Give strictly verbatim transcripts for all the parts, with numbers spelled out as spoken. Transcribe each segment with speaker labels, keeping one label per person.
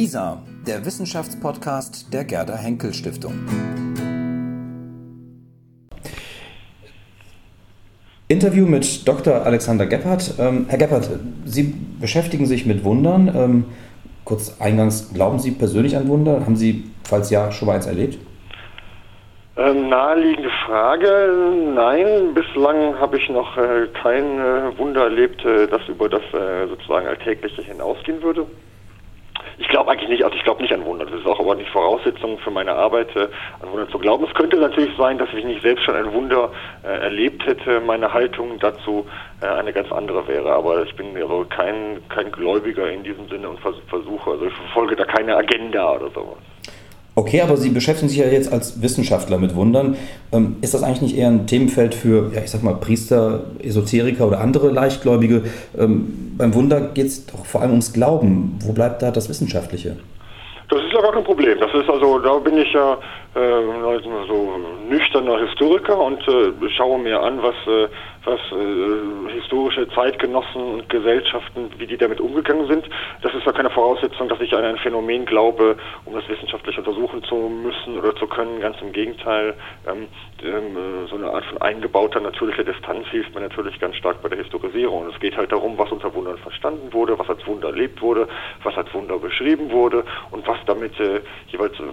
Speaker 1: WISA, der Wissenschaftspodcast der Gerda Henkel Stiftung. Interview mit Doktor Alexander Gebhardt. Ähm, Herr Gebhardt, Sie beschäftigen sich mit Wundern. Ähm, kurz eingangs, glauben Sie persönlich an Wunder? Haben Sie, falls ja, schon mal eins erlebt?
Speaker 2: Ähm, naheliegende Frage. Nein, bislang habe ich noch äh, kein äh, Wunder erlebt, äh, das über das äh, sozusagen Alltägliche hinausgehen würde. Ich glaube eigentlich nicht, also ich glaube nicht an Wunder. Das ist auch aber nicht Voraussetzung für meine Arbeit, äh, an Wunder zu glauben. Es könnte natürlich sein, dass ich nicht selbst schon ein Wunder äh, erlebt hätte. Meine Haltung dazu äh, eine ganz andere wäre. Aber ich bin also kein, kein Gläubiger in diesem Sinne und vers- versuche, also ich verfolge da keine Agenda oder sowas.
Speaker 1: Okay, aber Sie beschäftigen sich ja jetzt als Wissenschaftler mit Wundern. Ähm, ist das eigentlich nicht eher ein Themenfeld für, ja, ich sag mal, Priester, Esoteriker oder andere Leichtgläubige? Ähm, beim Wunder geht es doch vor allem ums Glauben. Wo bleibt da das Wissenschaftliche?
Speaker 2: Das ist ja gar kein Problem. Das ist also, da bin ich ja äh, so nüchterner Historiker und äh, schaue mir an, was, äh, was äh, historische Zeitgenossen und Gesellschaften, wie die damit umgegangen sind. Das ist ja keine Voraussetzung, dass ich an ein Phänomen glaube, um das wissenschaftlich untersuchen zu müssen oder zu können. Ganz im Gegenteil, ähm, ähm, so eine Art von eingebauter natürlicher Distanz hilft mir natürlich ganz stark bei der Historisierung. Und es geht halt darum, was unter Wundern verstanden wurde, was als Wunder erlebt wurde, was als Wunder beschrieben wurde und was damit äh, jeweils äh,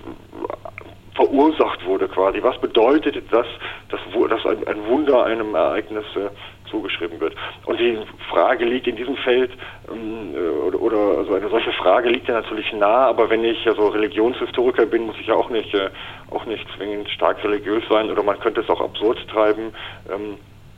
Speaker 2: verursacht wurde quasi. Was bedeutet das, dass, dass ein, ein Wunder einem Ereignis äh, zugeschrieben wird? Und die Frage liegt in diesem Feld, ähm, oder, oder also eine solche Frage liegt ja natürlich nah, aber wenn ich also Religionshistoriker bin, muss ich ja auch nicht, äh, auch nicht zwingend stark religiös sein, oder man könnte es auch absurd treiben. Ähm,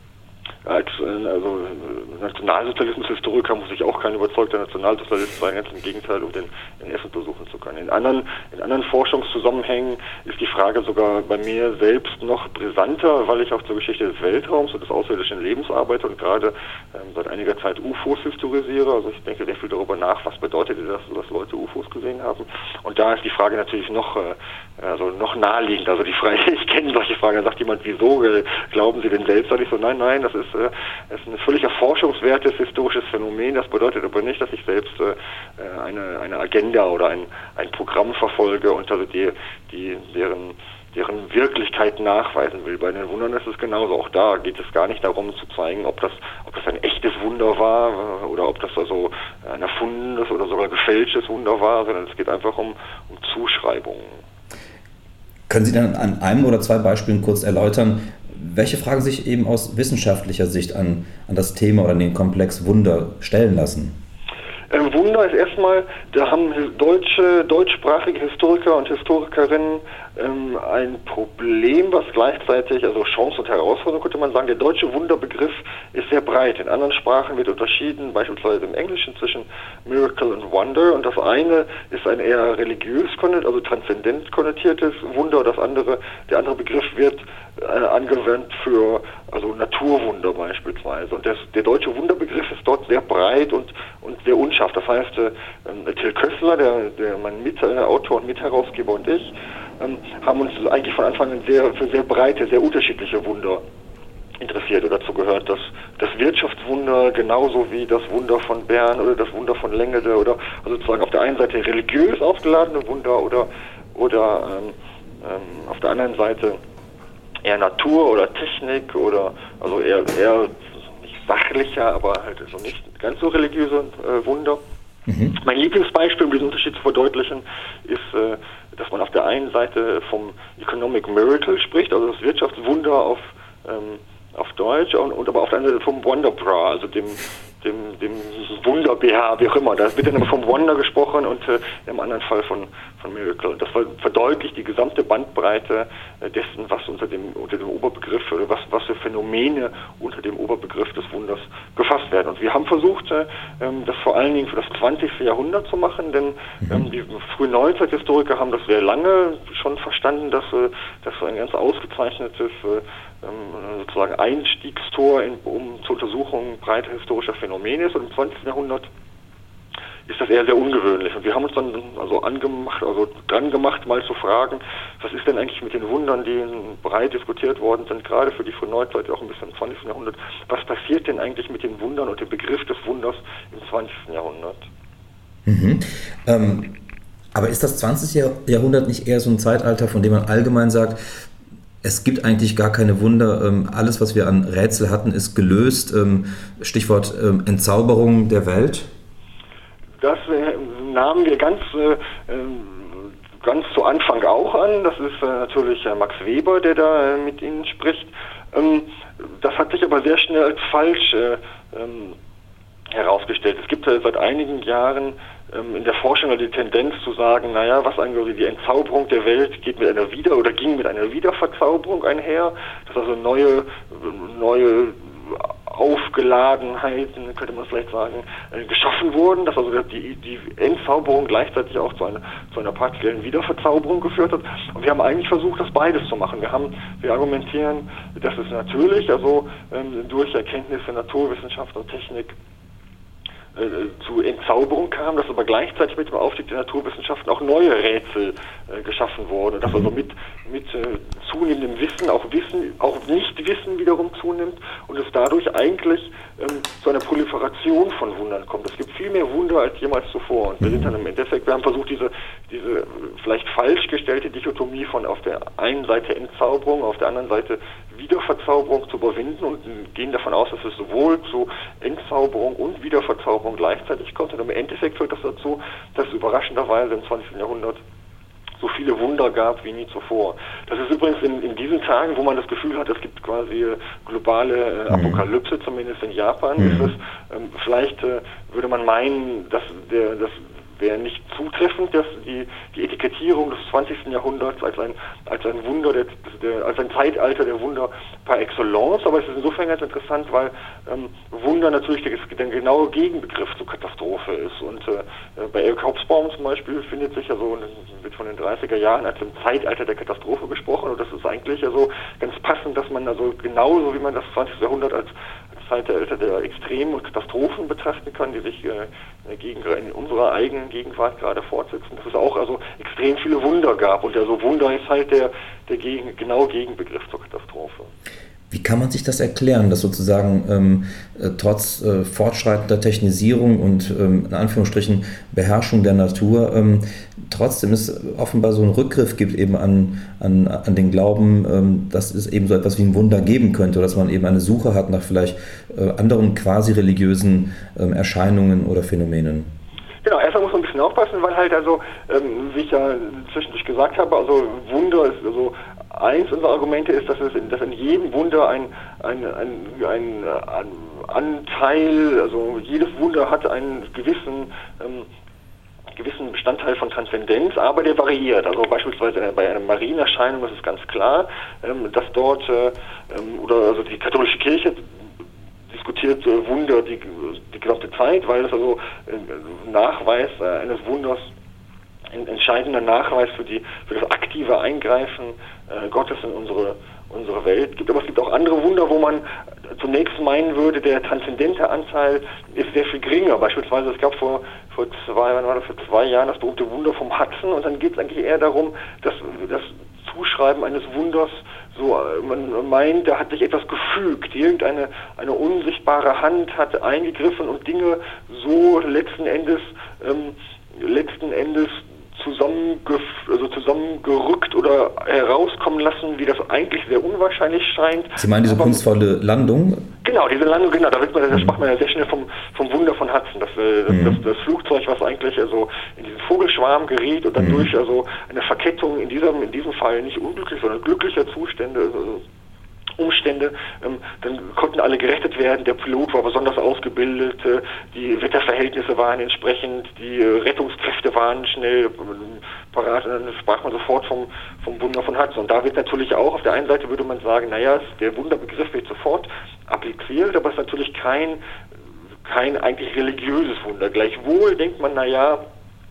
Speaker 2: Als also Nationalsozialismus-Historiker muss ich auch kein überzeugter Nationalsozialist sein, ganz im Gegenteil, um den in Essen besuchen zu können. In anderen, in anderen Forschungszusammenhängen ist die Frage sogar bei mir selbst noch brisanter, weil ich auch zur Geschichte des Weltraums und des außerirdischen Lebens arbeite und gerade ähm, seit einiger Zeit U F Os historisiere. Also ich denke sehr viel darüber nach, was bedeutet das, dass Leute U F Os gesehen haben. Und da ist die Frage natürlich noch, äh, also noch naheliegend. Also die Frage, ich kenne solche Fragen, da sagt jemand, wieso glauben Sie denn selbst? Sag ich so, nein, nein, das ist Das ist ein völlig erforschungswertes historisches Phänomen. Das bedeutet aber nicht, dass ich selbst äh, eine, eine Agenda oder ein, ein Programm verfolge und also die, die, deren, deren Wirklichkeit nachweisen will. Bei den Wundern ist es genauso. Auch da geht es gar nicht darum zu zeigen, ob das, ob das ein echtes Wunder war äh, oder ob das also ein erfundenes oder sogar gefälschtes Wunder war, sondern es geht einfach um, um Zuschreibungen.
Speaker 1: Können Sie dann an einem oder zwei Beispielen kurz erläutern, welche Fragen sich eben aus wissenschaftlicher Sicht an, an das Thema oder an den Komplex Wunder stellen lassen?
Speaker 2: Ähm, Wunder ist erstmal, da haben deutsche, deutschsprachige Historiker und Historikerinnen ähm, ein Problem, was gleichzeitig, also Chance und Herausforderung könnte man sagen. Der deutsche Wunderbegriff ist sehr breit. In anderen Sprachen wird unterschieden, beispielsweise im Englischen zwischen Miracle und Wonder. Und das eine ist ein eher religiös konnotiertes, also transzendent konnotiertes Wunder. Das andere, der andere Begriff wird äh, angewandt für also Naturwunder beispielsweise. Und das, der deutsche Wunderbegriff ist dort sehr breit und, und sehr unscharf. Das heißt, äh, Till Kössler, der, der mein Mitautor und Mitherausgeber und ich, ähm, haben uns eigentlich von Anfang an sehr, für sehr breite, sehr unterschiedliche Wunder interessiert. Oder dazu gehört das, das Wirtschaftswunder genauso wie das Wunder von Bern oder das Wunder von Lengede oder also sozusagen auf der einen Seite religiös aufgeladene Wunder oder, oder ähm, ähm, auf der anderen Seite eher Natur oder Technik oder also eher, eher nicht sachlicher, aber halt so nicht ganz so religiöse äh, Wunder. Mhm. Mein Lieblingsbeispiel, um diesen Unterschied zu verdeutlichen, ist, äh, dass man auf der einen Seite vom Economic Miracle spricht, also das Wirtschaftswunder auf, ähm, auf Deutsch, und, und aber auf der anderen Seite vom Wonder Bra, also dem dem, dem Wunder-B H, wie auch immer. Da wird dann immer vom Wonder gesprochen und äh, im anderen Fall von, von Miracle. Und das verdeutlicht die gesamte Bandbreite äh, dessen, was unter dem, unter dem Oberbegriff oder was, was für Phänomene unter dem Oberbegriff des Wunders gefasst werden. Und wir haben versucht, äh, das vor allen Dingen für das zwanzigste Jahrhundert zu machen, denn ähm, die frühen Neuzeithistoriker haben das sehr lange schon verstanden, dass äh, das so ein ganz ausgezeichnetes äh, sozusagen Einstiegstor in, um zur Untersuchung breiter historischer Phänomene ist. Und im zwanzigsten Jahrhundert ist das eher sehr ungewöhnlich. Und wir haben uns dann also angemacht, also dran gemacht, mal zu fragen, was ist denn eigentlich mit den Wundern, die breit diskutiert worden sind, gerade für die frühe Neuzeit, auch ein bisschen im zwanzigsten Jahrhundert. Was passiert denn eigentlich mit den Wundern und dem Begriff des Wunders im zwanzigsten Jahrhundert?
Speaker 1: Mhm. Ähm Aber ist das zwanzigste Jahrhundert nicht eher so ein Zeitalter, von dem man allgemein sagt, es gibt eigentlich gar keine Wunder, ähm, alles, was wir an Rätsel hatten, ist gelöst, ähm, Stichwort ähm, Entzauberung der Welt?
Speaker 2: Das äh, nahmen wir ganz, äh, ganz zu Anfang auch an. Das ist äh, natürlich äh, Max Weber, der da äh, mit Ihnen spricht. Ähm, das hat sich aber sehr schnell als falsch äh, ähm, herausgestellt. Es gibt äh, seit einigen Jahren ähm, in der Forschung die Tendenz zu sagen, naja, was eigentlich die Entzauberung der Welt geht mit einer Wieder- oder ging mit einer Wiederverzauberung einher, dass also neue, neue Aufgeladenheiten, könnte man vielleicht sagen, äh, geschaffen wurden, dass also die, die Entzauberung gleichzeitig auch zu einer, zu einer partiellen Wiederverzauberung geführt hat. Und wir haben eigentlich versucht, das beides zu machen. Wir haben, wir argumentieren, dass es natürlich, also ähm, durch Erkenntnisse Naturwissenschaft und Technik zu Entzauberung kam, dass aber gleichzeitig mit dem Aufstieg der Naturwissenschaften auch neue Rätsel äh, geschaffen wurden, dass also mit, mit äh, zunehmendem Wissen auch Wissen, auch Nichtwissen wiederum zunimmt und es dadurch eigentlich ähm, zu einer Proliferation von Wundern kommt. Es gibt viel mehr Wunder als jemals zuvor und wir sind dann im Endeffekt, wir haben versucht, diese, diese vielleicht falsch gestellte Dichotomie von auf der einen Seite Entzauberung, auf der anderen Seite Wiederverzauberung zu überwinden und gehen davon aus, dass es sowohl zu Entzauberung und Wiederverzauberung gleichzeitig kommt. Und im Endeffekt führt das dazu, dass es überraschenderweise im zwanzigsten Jahrhundert so viele Wunder gab wie nie zuvor. Das ist übrigens in, in diesen Tagen, wo man das Gefühl hat, es gibt quasi globale äh, Apokalypse, zumindest in Japan, mhm. ist es, ähm, vielleicht äh, würde man meinen, dass der, das wäre nicht zutreffend, dass die, die Etikettierung des zwanzigsten Jahrhunderts als ein, als ein Wunder, der, der, als ein Zeitalter der Wunder par excellence, aber es ist insofern ganz interessant, weil ähm, Wunder natürlich der, der genaue Gegenbegriff zur Katastrophe ist. Und äh, bei Eric Hobsbawm zum Beispiel findet sich ja so, wird von den dreißiger Jahren als im Zeitalter der Katastrophe gesprochen und das ist eigentlich ja so ganz passend, dass man also genauso wie man das zwanzigste Jahrhundert als Zeitalter der Extremen und Katastrophen betrachten kann, die sich äh, gegen, in unserer eigenen Gegenwart gerade fortsetzen, dass es auch also extrem viele Wunder gab und also Wunder ist halt der, der gegen, genau Gegenbegriff zur Katastrophe.
Speaker 1: Wie kann man sich das erklären, dass sozusagen ähm, äh, trotz äh, fortschreitender Technisierung und ähm, in Anführungsstrichen Beherrschung der Natur ähm, trotzdem es offenbar so einen Rückgriff gibt eben an, an, an den Glauben, ähm, dass es eben so etwas wie ein Wunder geben könnte, oder dass man eben eine Suche hat nach vielleicht äh, anderen quasi religiösen ähm, Erscheinungen oder Phänomenen?
Speaker 2: Genau, erstmal muss man ein bisschen aufpassen, weil halt also, ähm, wie ich ja zwischendurch gesagt habe, also Wunder ist also eins unserer Argumente ist, dass es in, dass in jedem Wunder ein, ein, ein, ein, ein Anteil, also jedes Wunder hat einen gewissen ähm, gewissen Bestandteil von Transzendenz, aber der variiert. Also beispielsweise bei einer Marienerscheinung ist es ganz klar, ähm, dass dort äh, ähm, oder also die katholische Kirche diskutiert äh, Wunder die, die gesamte Zeit, weil es also äh, Nachweis äh, eines Wunders ein entscheidender Nachweis für die für das aktive Eingreifen äh, Gottes in unsere unsere Welt gibt. Aber es gibt auch andere Wunder, wo man zunächst meinen würde, der transzendente Anteil ist sehr viel geringer. Beispielsweise es gab vor vor zwei wann war das, vor zwei Jahren das berühmte Wunder vom Hudson und dann geht es eigentlich eher darum, dass das Zuschreiben eines Wunders so, man meint, da hat sich etwas gefügt, irgendeine eine unsichtbare Hand hat eingegriffen und Dinge so letzten Endes ähm, letzten Endes zusammengef also zusammengerückt oder herauskommen lassen, wie das eigentlich sehr unwahrscheinlich scheint.
Speaker 1: Sie meinen diese Aber, kunstvolle Landung?
Speaker 2: Genau, diese Landung, genau, da, wird man, da mhm. sprach man ja sehr schnell vom, vom Wunder von Hudson, das, das, mhm. das, das Flugzeug, was eigentlich also in diesen Vogelschwarm geriet und dann mhm. durch also eine Verkettung in diesem, in diesem Fall nicht unglücklich, sondern glücklicher Zustände, also Umstände, ähm, dann konnten alle gerettet werden, der Pilot war besonders ausgebildet, äh, die Wetterverhältnisse waren entsprechend, die äh, Rettungskräfte waren schnell äh, parat und dann sprach man sofort vom, vom Wunder von Hudson. Und da wird natürlich auch, auf der einen Seite würde man sagen, naja, der Wunderbegriff wird sofort appliziert, aber es ist natürlich kein, kein eigentlich religiöses Wunder. Gleichwohl denkt man, naja,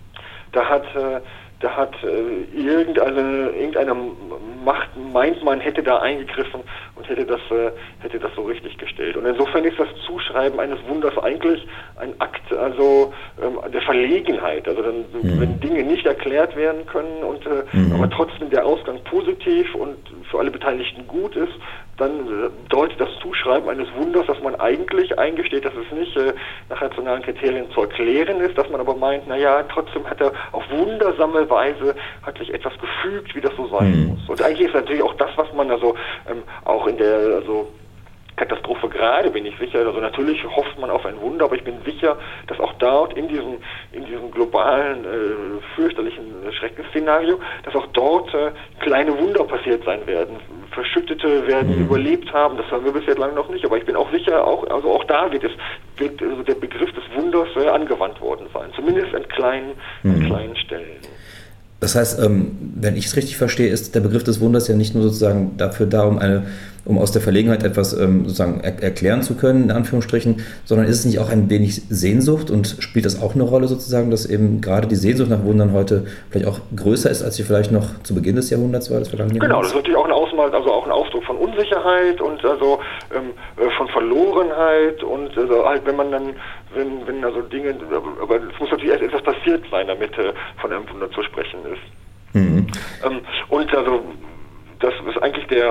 Speaker 2: da hat äh, Da hat äh, irgendeine, irgendeine Macht, meint man, hätte da eingegriffen und hätte das, äh, hätte das so richtig gestellt. Und insofern ist das Zuschreiben eines Wunders eigentlich ein Akt also ähm, der Verlegenheit. Also dann, mhm. wenn Dinge nicht erklärt werden können und äh, mhm. aber trotzdem der Ausgang positiv und für alle Beteiligten gut ist, dann äh, deutet das Zuschreiben eines Wunders, dass man eigentlich eingesteht, dass es nicht äh, nach rationalen Kriterien zu erklären ist, dass man aber meint, naja, trotzdem hat er auf wundersame Weise hat sich etwas gefügt, wie das so sein
Speaker 1: Mhm.
Speaker 2: muss. Und eigentlich ist natürlich auch das, was man also ähm, auch in der also Katastrophe gerade, bin ich sicher. Also natürlich hofft man auf ein Wunder, aber ich bin sicher, dass auch dort in diesem in diesem globalen, äh, fürchterlichen Schreckensszenario, dass auch dort äh, kleine Wunder passiert sein werden. Verschüttete werden mhm. überlebt haben, das haben wir bisher lange noch nicht, aber ich bin auch sicher, auch also auch da wird es wird also der Begriff des Wunders äh, angewandt worden sein, zumindest an kleinen, mhm. an kleinen Stellen.
Speaker 1: Das heißt, ähm, wenn ich es richtig verstehe, ist der Begriff des Wunders ja nicht nur sozusagen dafür da, um eine, um aus der Verlegenheit etwas ähm, sozusagen er- erklären zu können, in Anführungsstrichen, sondern ist es nicht auch ein wenig Sehnsucht und spielt das auch eine Rolle sozusagen, dass eben gerade die Sehnsucht nach Wundern heute vielleicht auch größer ist, als sie vielleicht noch zu Beginn des Jahrhunderts war, des vergangenen
Speaker 2: Genau,
Speaker 1: Jahrhunderts?
Speaker 2: das ist natürlich auch ein Ausmal, also auch ein Ausdruck von Unsicherheit und also ähm, von Verlorenheit und also halt, wenn man dann, wenn, wenn also Dinge, aber es muss natürlich erst etwas passiert sein, damit äh, von einem Wunder zu sprechen ist. Mhm. Ähm, und also das ist eigentlich der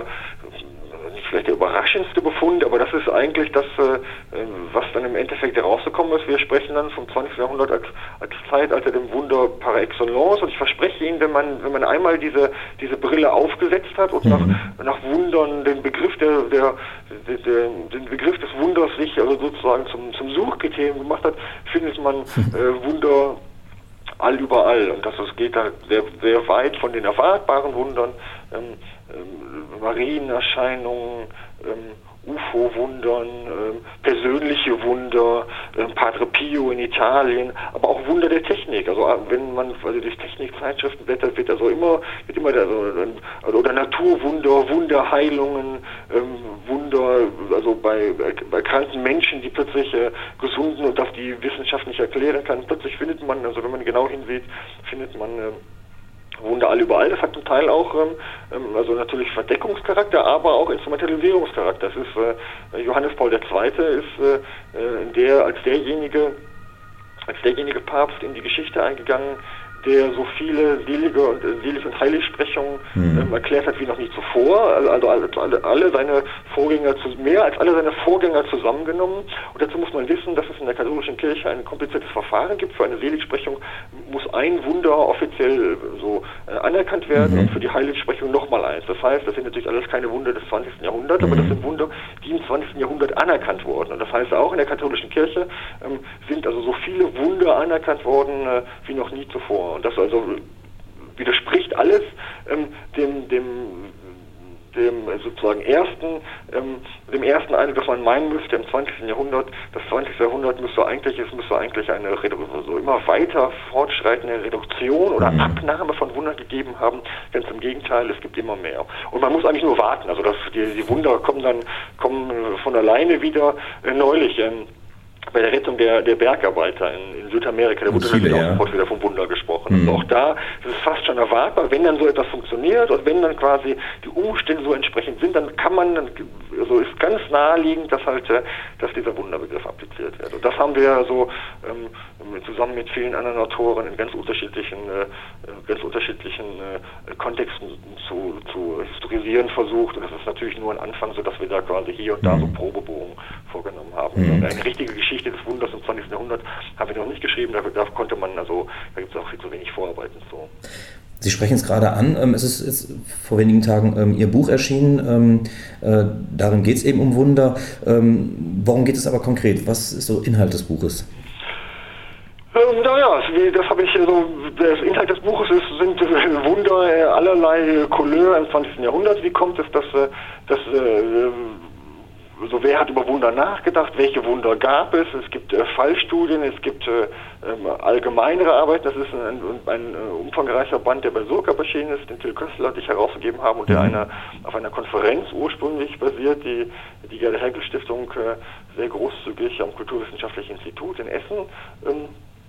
Speaker 2: nicht vielleicht der überraschendste Befund, aber das ist eigentlich das, äh, was dann im Endeffekt herausgekommen ist. Wir sprechen dann vom zwanzigsten Jahrhundert als, als Zeitalter dem Wunder par excellence und ich verspreche Ihnen, wenn man wenn man einmal diese diese Brille aufgesetzt hat und mhm. nach, nach Wundern den Begriff der, der, der, der den Begriff des Wunders sich also sozusagen zum, zum Suchkriterium gemacht hat, findet man äh, Wunder all überall und das, das geht da sehr, sehr weit von den erwartbaren Wundern, ähm, ähm, Marienerscheinungen, ähm, U F O-Wundern, ähm, persönliche Wunder, ähm, Padre Pio in Italien, aber auch Wunder der Technik. Also wenn man also durch Technikzeitschriften blättert, wird also immer, wird immer also, oder Naturwunder, Wunderheilungen, ähm, Wunder, also bei, bei kranken Menschen, die plötzlich äh, gesunden und das die Wissenschaft nicht erklären kann, plötzlich findet man, also wenn man genau hinsieht, findet man äh, Wunder all überall. Das hat zum Teil auch ähm, also natürlich Verdeckungscharakter, aber auch Instrumentalisierungscharakter. Das ist äh, Johannes Paul der Zweite ist äh, der als derjenige als derjenige Papst in die Geschichte eingegangen, der so viele selige und äh, Selig- und Heiligsprechungen mhm. ähm, erklärt hat wie noch nie zuvor. Also, also alle, alle seine Vorgänger, zu, mehr als alle seine Vorgänger zusammengenommen. Und dazu muss man wissen, dass es in der katholischen Kirche ein kompliziertes Verfahren gibt. Für eine Seligsprechung muss ein Wunder offiziell so äh, anerkannt werden mhm. und für die Heiligsprechung nochmal eins. Das heißt, das sind natürlich alles keine Wunder des zwanzigsten Jahrhunderts, mhm. aber das sind Wunder, die im zwanzigsten Jahrhundert anerkannt wurden. Und das heißt, auch in der katholischen Kirche ähm, sind also so viele Wunder anerkannt worden äh, wie noch nie zuvor. Und das also widerspricht alles ähm, dem, dem, dem sozusagen ersten, ähm, dem ersten Eindruck, dass man meinen müsste im zwanzigsten Jahrhundert. Das zwanzigste Jahrhundert müsste eigentlich, es müsste eigentlich eine so immer weiter fortschreitende Reduktion oder mhm. Abnahme von Wundern gegeben haben. Ganz im Gegenteil, es gibt immer mehr. Und man muss eigentlich nur warten. Also dass die, die Wunder kommen dann kommen von alleine wieder. Äh, neulich ähm, bei der Rettung der, der Bergarbeiter in, in Südamerika, da wurde dann ja. auch sofort wieder vom Wunder gesprochen. Mhm. Also auch da ist es fast schon erwartbar, wenn dann so etwas funktioniert und wenn dann quasi die Umstände so entsprechend sind, dann kann man, dann, also ist ganz naheliegend, dass halt, dass dieser Wunderbegriff appliziert wird. Und das haben wir so ähm, zusammen mit vielen anderen Autoren in ganz unterschiedlichen, äh, ganz unterschiedlichen äh, Kontexten zu, zu historisieren versucht. Und das ist natürlich nur ein Anfang, so dass wir da quasi hier und da so Probebogen vorgenommen haben. Mhm. Eine richtige Geschichte des Wunders im zwanzigsten Jahrhundert haben wir noch nicht geschrieben, da, da konnte man, also da gibt es auch viel zu wenig Vorarbeiten zu.
Speaker 1: Sie sprechen es gerade an, ähm, es ist, ist vor wenigen Tagen ähm, Ihr Buch erschienen, ähm, äh, darin geht es eben um Wunder. Ähm, worum geht es aber konkret? Was ist so Inhalt des Buches?
Speaker 2: Ähm, naja, das habe ich so, der Inhalt des Buches ist, sind Wunder allerlei Couleur im zwanzigsten Jahrhundert. Wie kommt es, dass, dass äh, so wer hat über Wunder nachgedacht, welche Wunder gab es, es gibt äh, Fallstudien, es gibt äh, ähm, allgemeinere Arbeiten, das ist ein, ein, ein äh, umfangreicher Band, der bei Surkamp erschienen ist, den Till Köstler und ich herausgegeben haben und der eine, auf einer Konferenz ursprünglich basiert, die die Gerda-Henkel-Stiftung äh, sehr großzügig am Kulturwissenschaftlichen Institut in Essen ähm,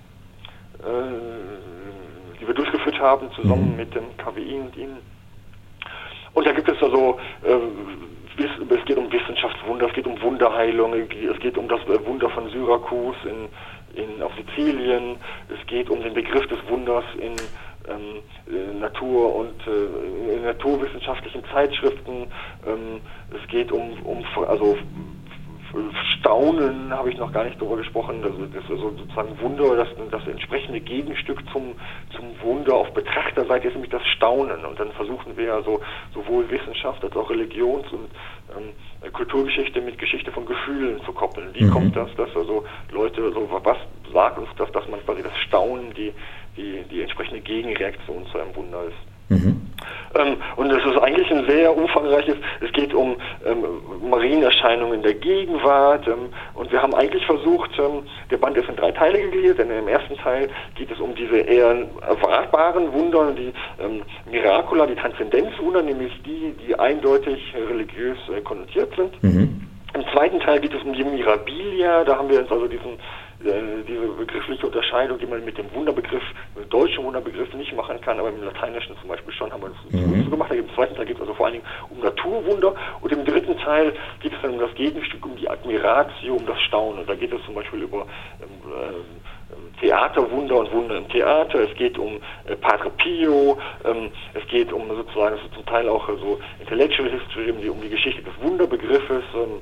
Speaker 2: äh, die wir durchgeführt haben, zusammen mit dem K W I und Ihnen. Und da gibt es also äh, es geht um Wissenschaftswunder, es geht um Wunderheilung, es geht um das Wunder von Syrakus in, in, auf Sizilien, es geht um den Begriff des Wunders in ähm, Natur- und äh, in naturwissenschaftlichen Zeitschriften, ähm, es geht um, um also Staunen habe ich noch gar nicht darüber gesprochen. Also das ist also sozusagen Wunder, das, das entsprechende Gegenstück zum, zum Wunder auf Betrachterseite ist nämlich das Staunen. Und dann versuchen wir also sowohl Wissenschaft als auch Religions- und ähm, Kulturgeschichte mit Geschichte von Gefühlen zu koppeln. Wie mhm. kommt das, dass also Leute, also was sagt uns das, dass man quasi das Staunen, die, die, die entsprechende Gegenreaktion zu einem Wunder ist. Mhm. Ähm, und es ist eigentlich ein sehr umfangreiches, es geht um ähm, Marienerscheinungen der Gegenwart ähm, und wir haben eigentlich versucht, ähm, der Band ist in drei Teile gegliedert, denn im ersten Teil geht es um diese eher erwartbaren Wunder, die ähm, Miracula, die Transzendenzwunder, nämlich die, die eindeutig religiös äh, konnotiert sind. Mhm. Im zweiten Teil geht es um die Mirabilia, da haben wir jetzt also diesen diese begriffliche Unterscheidung, die man mit dem Wunderbegriff, mit dem deutschen Wunderbegriff nicht machen kann, aber im Lateinischen zum Beispiel schon, haben wir das mhm. so gemacht. Im zweiten Teil geht es also vor allen Dingen um Naturwunder und im dritten Teil geht es dann um das Gegenstück, um die Admiratio, um das Staunen. Da geht es zum Beispiel über ähm, äh, Theaterwunder und Wunder im Theater, es geht um äh, Padre Pio, ähm, es geht um sozusagen, es ist zum Teil auch äh, so Intellectual History, um die, um die Geschichte des Wunderbegriffes. Ähm,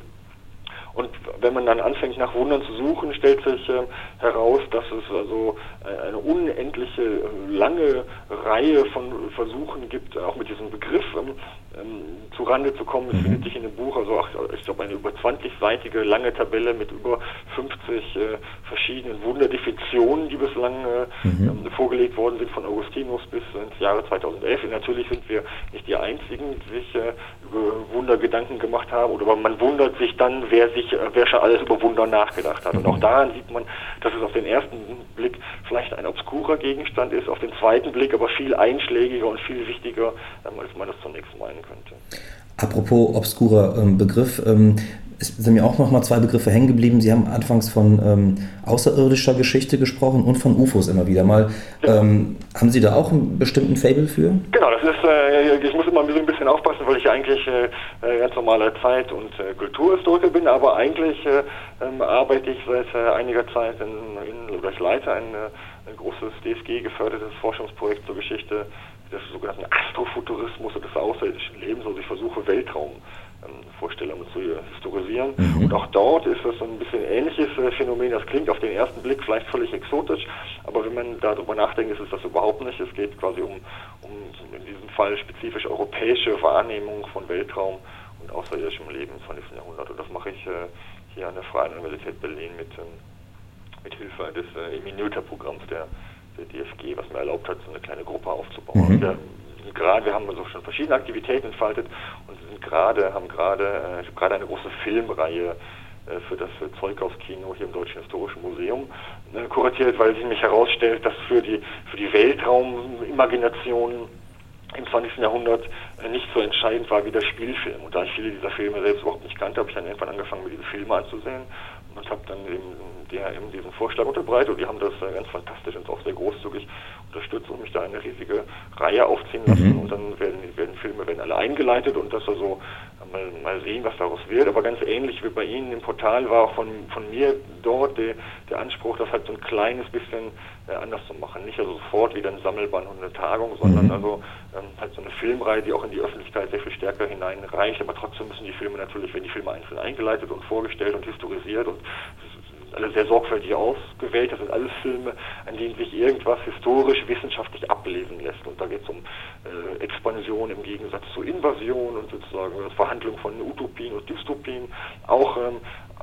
Speaker 2: Und wenn man dann anfängt nach Wundern zu suchen, stellt sich äh, heraus, dass es also äh, eine unendliche, äh, lange Reihe von Versuchen gibt, auch mit diesem Begriff ähm, ähm, zu Rande zu kommen. Es mhm. findet sich in dem Buch, also auch, ich glaube, eine über zwanzigseitige lange Tabelle mit über fünfzig äh, verschiedenen Wunderdefinitionen, die bislang äh, mhm. ähm, vorgelegt worden sind, von Augustinus bis ins Jahre zweitausendelf. Und natürlich sind wir nicht die Einzigen, die sich äh, über Wunder Gedanken gemacht haben, oder aber man wundert sich dann, wer sich wer schon alles über Wunder nachgedacht hat. Und auch daran sieht man, dass es auf den ersten Blick vielleicht ein obskurer Gegenstand ist, auf den zweiten Blick aber viel einschlägiger und viel wichtiger, als man das zunächst meinen könnte.
Speaker 1: Apropos obskurer ähm, Begriff, ähm, es sind mir auch noch mal zwei Begriffe hängen geblieben. Sie haben anfangs von ähm, außerirdischer Geschichte gesprochen und von U F Os immer wieder mal. Ja. Ähm, haben Sie da auch einen bestimmten Faible für?
Speaker 2: Genau, das ist, äh, ich muss immer ein bisschen aufpassen, weil ich eigentlich äh, ganz normaler Zeit- und äh, Kulturhistoriker bin, aber eigentlich äh, äh, arbeite ich seit äh, einiger Zeit in, in, oder ich leite ein, ein großes D S G-gefördertes Forschungsprojekt zur Geschichte des sogenannten Astrofuturismus und des außerirdischen Lebens. Also ich versuche Weltraum Vorstellungen zu historisieren. Mhm. Und auch dort ist das so ein bisschen ähnliches äh, Phänomen. Das klingt auf den ersten Blick vielleicht völlig exotisch, aber wenn man darüber nachdenkt, ist es das überhaupt nicht. Es geht quasi um, um in diesem Fall spezifisch europäische Wahrnehmung von Weltraum und außerirdischem Leben im zwanzigsten Jahrhundert. Und das mache ich äh, hier an der Freien Universität Berlin mit, ähm, mit Hilfe des äh, Minute-Programms der, der D F G, was mir erlaubt hat, so eine kleine Gruppe aufzubauen. Mhm. Der, Gerade, wir haben also schon verschiedene Aktivitäten entfaltet und sind gerade, haben gerade, äh, ich habe gerade eine große Filmreihe äh, für das äh, Zeughaus-Kino hier im Deutschen Historischen Museum äh, kuratiert, weil sich nämlich herausstellt, dass für die für die Weltraumimagination im zwanzigsten Jahrhundert äh, nicht so entscheidend war wie der Spielfilm. Und da ich viele dieser Filme selbst überhaupt nicht kannte, habe ich dann irgendwann angefangen, mir diese Filme anzusehen und habe dann eben, der, eben diesen Vorschlag unterbreitet und die haben das äh, ganz fantastisch und auch sehr großzügig unterstützt und mich da eine riesige Reihe aufziehen lassen. Mhm. Und dann werden, werden Filme werden alle eingeleitet und das also mal, mal sehen, was daraus wird. Aber ganz ähnlich wie bei Ihnen im Portal war auch von, von mir dort der, der Anspruch, das halt so ein kleines bisschen äh, anders zu machen. Nicht also sofort wieder ein Sammelband und eine Tagung, sondern mhm. also ähm, halt so eine Filmreihe, die auch in die Öffentlichkeit sehr viel stärker hineinreicht. Aber trotzdem müssen die Filme natürlich, werden die Filme einzeln eingeleitet und vorgestellt und historisiert und alle sehr sorgfältig ausgewählt. Das sind alles Filme, an denen sich irgendwas historisch, wissenschaftlich ablesen lässt. Und da geht es um äh, Expansion im Gegensatz zur Invasion und sozusagen Verhandlung von Utopien und Dystopien. Auch, ähm,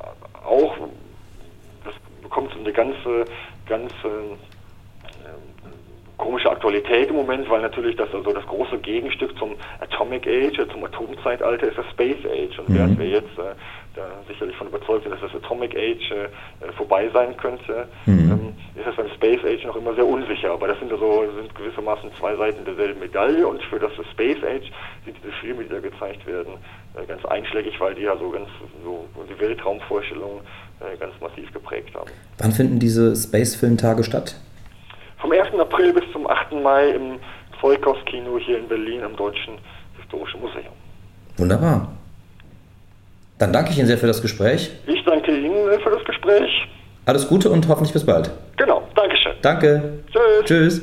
Speaker 2: auch das bekommt so eine ganze, ganze äh, komische Aktualität im Moment, weil natürlich das also das große Gegenstück zum Atomic Age, zum Atomzeitalter ist das Space Age. Und mhm. während wir jetzt äh, da sicherlich von überzeugt sind, dass das Atomic Age äh, vorbei sein könnte, mhm. ähm, ist das beim Space Age noch immer sehr unsicher. Aber das sind also sind gewissermaßen zwei Seiten derselben Medaille und für das Space Age sind diese Filme, die da gezeigt werden, äh, ganz einschlägig, weil die ja so ganz so die Weltraumvorstellung äh, ganz massiv geprägt haben.
Speaker 1: Wann finden diese Space-Filmtage statt?
Speaker 2: Vom ersten April bis zum achten Mai im Zeughaus-Kino hier in Berlin am Deutschen Historischen Museum.
Speaker 1: Wunderbar. Dann danke ich Ihnen sehr für das Gespräch.
Speaker 2: Ich danke Ihnen für das Gespräch.
Speaker 1: Alles Gute und hoffentlich bis bald.
Speaker 2: Genau, Dankeschön.
Speaker 1: Danke.
Speaker 2: Tschüss.
Speaker 1: Tschüss.